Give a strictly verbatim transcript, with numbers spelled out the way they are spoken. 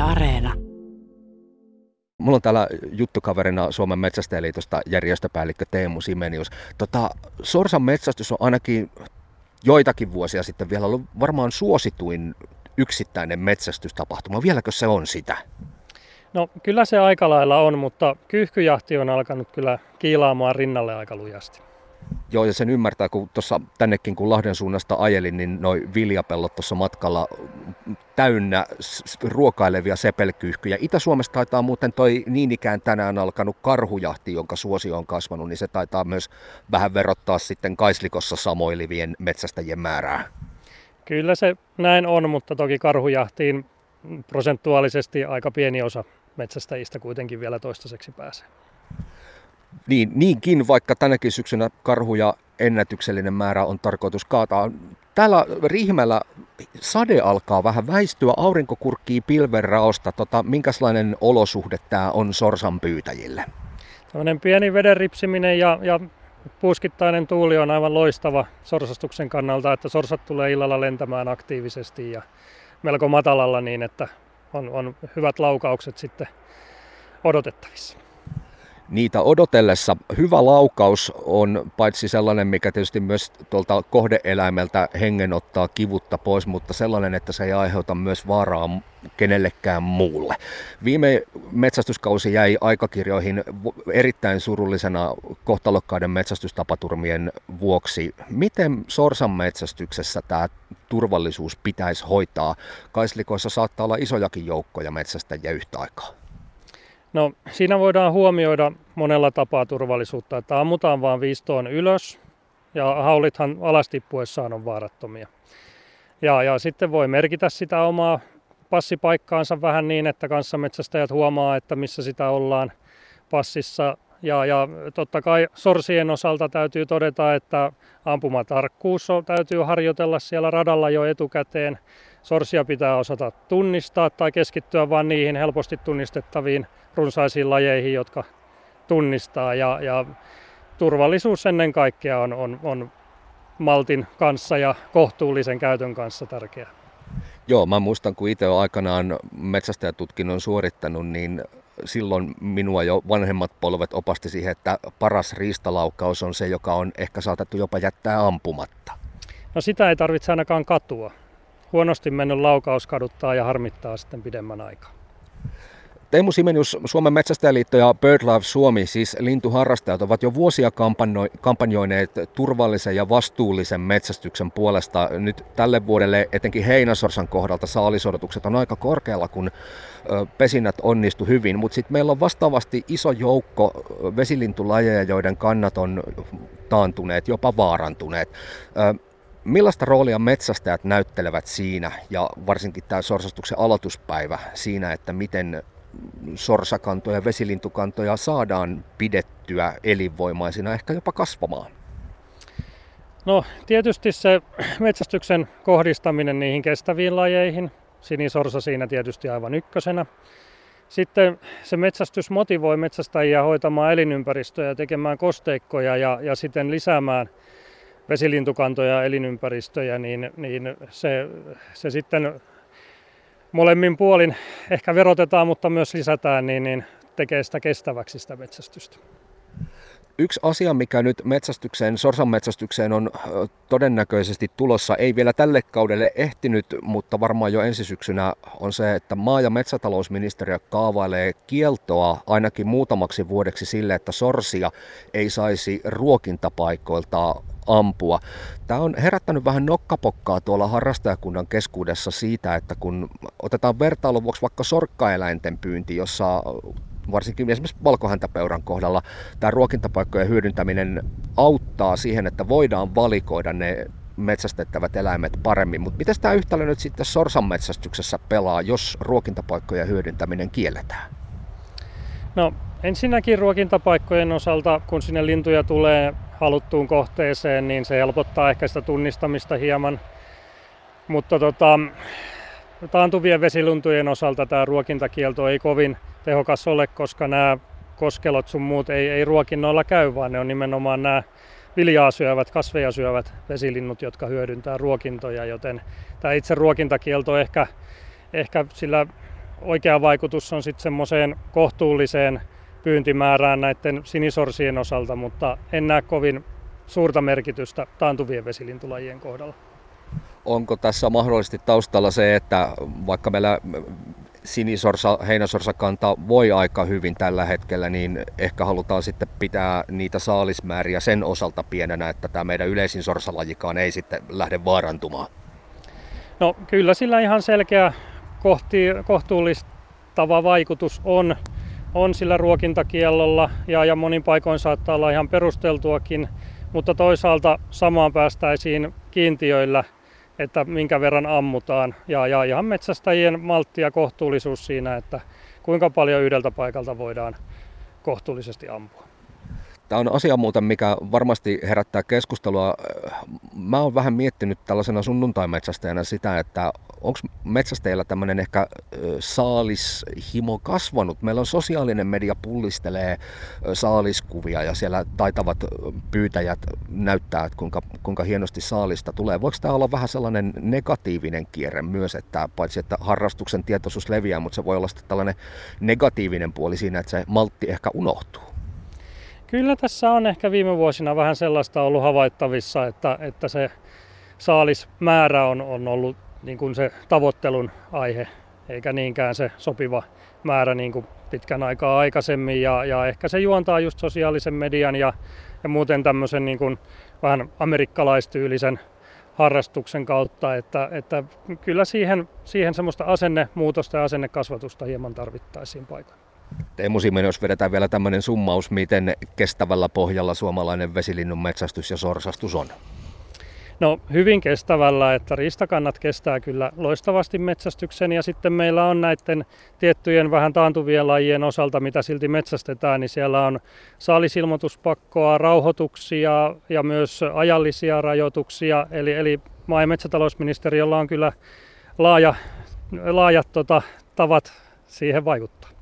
Areena. Mulla on täällä juttukaverina Suomen Metsästäjäliitosta järjestöpäällikkö Teemu Simenius. Tota, sorsan metsästys on ainakin joitakin vuosia sitten vielä ollut varmaan suosituin yksittäinen metsästystapahtuma. Vieläkö se on sitä? No kyllä se aika lailla on, mutta kyyhkyjahti on alkanut kyllä kiilaamaan rinnalle aika lujasti. Joo, ja sen ymmärtää, kun tuossa tännekin kun Lahden suunnasta ajelin, niin noi viljapellot tuossa matkalla täynnä ruokailevia sepelkyyhkyjä. Itä-Suomessa taitaa muuten toi niin ikään tänään alkanut karhujahti, jonka suosio on kasvanut, niin se taitaa myös vähän verottaa sitten Kaislikossa samoilivien metsästäjien määrää. Kyllä se näin on, mutta toki karhujahtiin prosentuaalisesti aika pieni osa metsästäjistä kuitenkin vielä toistaiseksi pääsee. Niin, niinkin, vaikka tänäkin syksynä karhuja ennätyksellinen määrä on tarkoitus kaataa. Täällä Riihimäellä sade alkaa vähän väistyä, aurinko kurkkii pilvenraosta. Tota, minkälainen olosuhde tämä on sorsan pyytäjille? Tällainen pieni veden ripsiminen ja, ja puuskittainen tuuli on aivan loistava sorsastuksen kannalta, että sorsat tulee illalla lentämään aktiivisesti ja melko matalalla niin, että on, on hyvät laukaukset sitten odotettavissa. Niitä odotellessa hyvä laukaus on paitsi sellainen, mikä tietysti myös tuolta kohde-eläimeltä hengen ottaa kivutta pois, mutta sellainen, että se ei aiheuta myös vaaraa kenellekään muulle. Viime metsästyskausi jäi aikakirjoihin erittäin surullisena kohtalokkaiden metsästystapaturmien vuoksi. Miten sorsan metsästyksessä tämä turvallisuus pitäisi hoitaa? Kaislikoissa saattaa olla isojakin joukkoja metsästäjiä yhtä aikaa. No siinä voidaan huomioida monella tapaa turvallisuutta, että ammutaan vaan viistoon ylös ja haulithan alastippuessaan on vaarattomia. Ja, ja sitten voi merkitä sitä omaa passipaikkaansa vähän niin, että kanssametsästäjät huomaa, että missä sitä ollaan passissa. Ja, ja totta kai sorsien osalta täytyy todeta, että ampumatarkkuus on, täytyy harjoitella siellä radalla jo etukäteen. Sorsia pitää osata tunnistaa tai keskittyä vain niihin helposti tunnistettaviin runsaisiin lajeihin, jotka tunnistaa. Ja, ja turvallisuus ennen kaikkea on, on, on maltin kanssa ja kohtuullisen käytön kanssa tärkeää. Joo, mä muistan, kun itse olen aikanaan metsästäjätutkinnon suorittanut, niin silloin minua jo vanhemmat polvet opasti siihen, että paras riistalaukaus on se, joka on ehkä saatettu jopa jättää ampumatta. No sitä ei tarvitse ainakaan katua. Huonosti mennyt laukaus kaduttaa ja harmittaa sitten pidemmän aikaa. Teemu Simenius, Suomen Metsästäjäliitto ja BirdLife Suomi, siis lintuharrastajat, ovat jo vuosia kampanjoineet turvallisen ja vastuullisen metsästyksen puolesta. Nyt tälle vuodelle etenkin heinäsorsan kohdalta saalisodotukset on aika korkealla, kun pesinnät onnistu hyvin, mutta sitten meillä on vastaavasti iso joukko vesilintulajeja, joiden kannat on taantuneet, jopa vaarantuneet. Millaista roolia metsästäjät näyttelevät siinä, ja varsinkin tämä sorsastuksen aloituspäivä siinä, että miten sorsakantoja ja vesilintukantoja saadaan pidettyä elinvoimaisina, ehkä jopa kasvamaan? No tietysti se metsästyksen kohdistaminen niihin kestäviin lajeihin, sinisorsa siinä tietysti aivan ykkösenä. Sitten se metsästys motivoi metsästäjiä hoitamaan elinympäristöjä ja tekemään kosteikkoja ja, ja sitten lisäämään vesilintukantoja ja elinympäristöjä, niin, niin se, se sitten molemmin puolin ehkä verotetaan, mutta myös lisätään, niin, niin tekee sitä kestäväksi sitä metsästystä. Yksi asia, mikä nyt metsästykseen, sorsan metsästykseen on todennäköisesti tulossa, ei vielä tälle kaudelle ehtinyt, mutta varmaan jo ensi syksynä, on se, että maa- ja metsätalousministeriö kaavailee kieltoa ainakin muutamaksi vuodeksi sille, että sorsia ei saisi ruokintapaikoilta ampua. Tämä on herättänyt vähän nokkapokkaa tuolla harrastajakunnan keskuudessa siitä, että kun otetaan vertailun vuoksi vaikka sorkkaeläinten pyynti, jossa varsinkin esimerkiksi valkohäntäpeuran kohdalla tämä ruokintapaikkojen hyödyntäminen auttaa siihen, että voidaan valikoida ne metsästettävät eläimet paremmin. Mutta miten tämä yhtälö nyt sitten sorsan metsästyksessä pelaa, jos ruokintapaikkojen hyödyntäminen kielletään? No ensinnäkin ruokintapaikkojen osalta, kun sinne lintuja tulee haluttuun kohteeseen, niin se helpottaa ehkä sitä tunnistamista hieman. Mutta tota, taantuvien vesiluntujen osalta tämä ruokintakielto ei kovin tehokas ole, koska nämä koskelot sun muut ei, ei ruokinnoilla käy, vaan ne on nimenomaan nämä viljaa syövät, kasveja syövät vesilinnut, jotka hyödyntää ruokintoja, joten tämä itse ruokintakielto ehkä, ehkä sillä oikea vaikutus on sitten semmoiseen kohtuulliseen pyyntimäärään näiden sinisorsien osalta, mutta en näe kovin suurta merkitystä taantuvien vesilintulajien kohdalla. Onko tässä mahdollisesti taustalla se, että vaikka meillä sinisorsa, heinäsorsakanta voi aika hyvin tällä hetkellä, niin ehkä halutaan sitten pitää niitä saalismääriä sen osalta pienenä, että tämä meidän yleisin sorsalajikaan ei sitten lähde vaarantumaan? No kyllä sillä ihan selkeä kohti, kohtuullistava vaikutus on, on sillä ruokintakiellolla ja, ja monin paikoin saattaa olla ihan perusteltuakin, mutta toisaalta samaan päästäisiin kiintiöillä, että minkä verran ammutaan ja, ja ihan metsästäjien maltti ja kohtuullisuus siinä, että kuinka paljon yhdeltä paikalta voidaan kohtuullisesti ampua. Tämä on asia muuten, mikä varmasti herättää keskustelua. Mä oon vähän miettinyt tällaisena sunnuntaimetsästäjänä sitä, että onko metsästäjillä tämmöinen ehkä saalishimo kasvanut. Meillä on sosiaalinen media pullistelee saaliskuvia ja siellä taitavat pyytäjät näyttää, että kuinka, kuinka hienosti saalista tulee. Voiko tämä olla vähän sellainen negatiivinen kierre myös, että paitsi että harrastuksen tietoisuus leviää, mutta se voi olla sitten tällainen negatiivinen puoli siinä, että se maltti ehkä unohtuu? Kyllä tässä on ehkä viime vuosina vähän sellaista ollut havaittavissa, että, että se saalismäärä on, on ollut niin kuin se tavoittelun aihe, eikä niinkään se sopiva määrä niin kuin pitkän aikaa aikaisemmin. Ja, ja ehkä se juontaa just sosiaalisen median ja, ja muuten tämmöisen niin kuin vähän amerikkalaistyylisen harrastuksen kautta, että, että kyllä siihen, siihen semmoista asennemuutosta ja asennekasvatusta hieman tarvittaisiin paikalla. Teemu Simonen, jos vedetään vielä tämmöinen summaus, miten kestävällä pohjalla suomalainen vesilinnun metsästys ja sorsastus on? No hyvin kestävällä, että riistakannat kestää kyllä loistavasti metsästyksen ja sitten meillä on näiden tiettyjen vähän taantuvien lajien osalta, mitä silti metsästetään, niin siellä on saalisilmoituspakkoa, rauhoituksia ja myös ajallisia rajoituksia, eli, eli maa- ja metsätalousministeriöllä on kyllä laaja, laajat tota, tavat siihen vaikuttaa.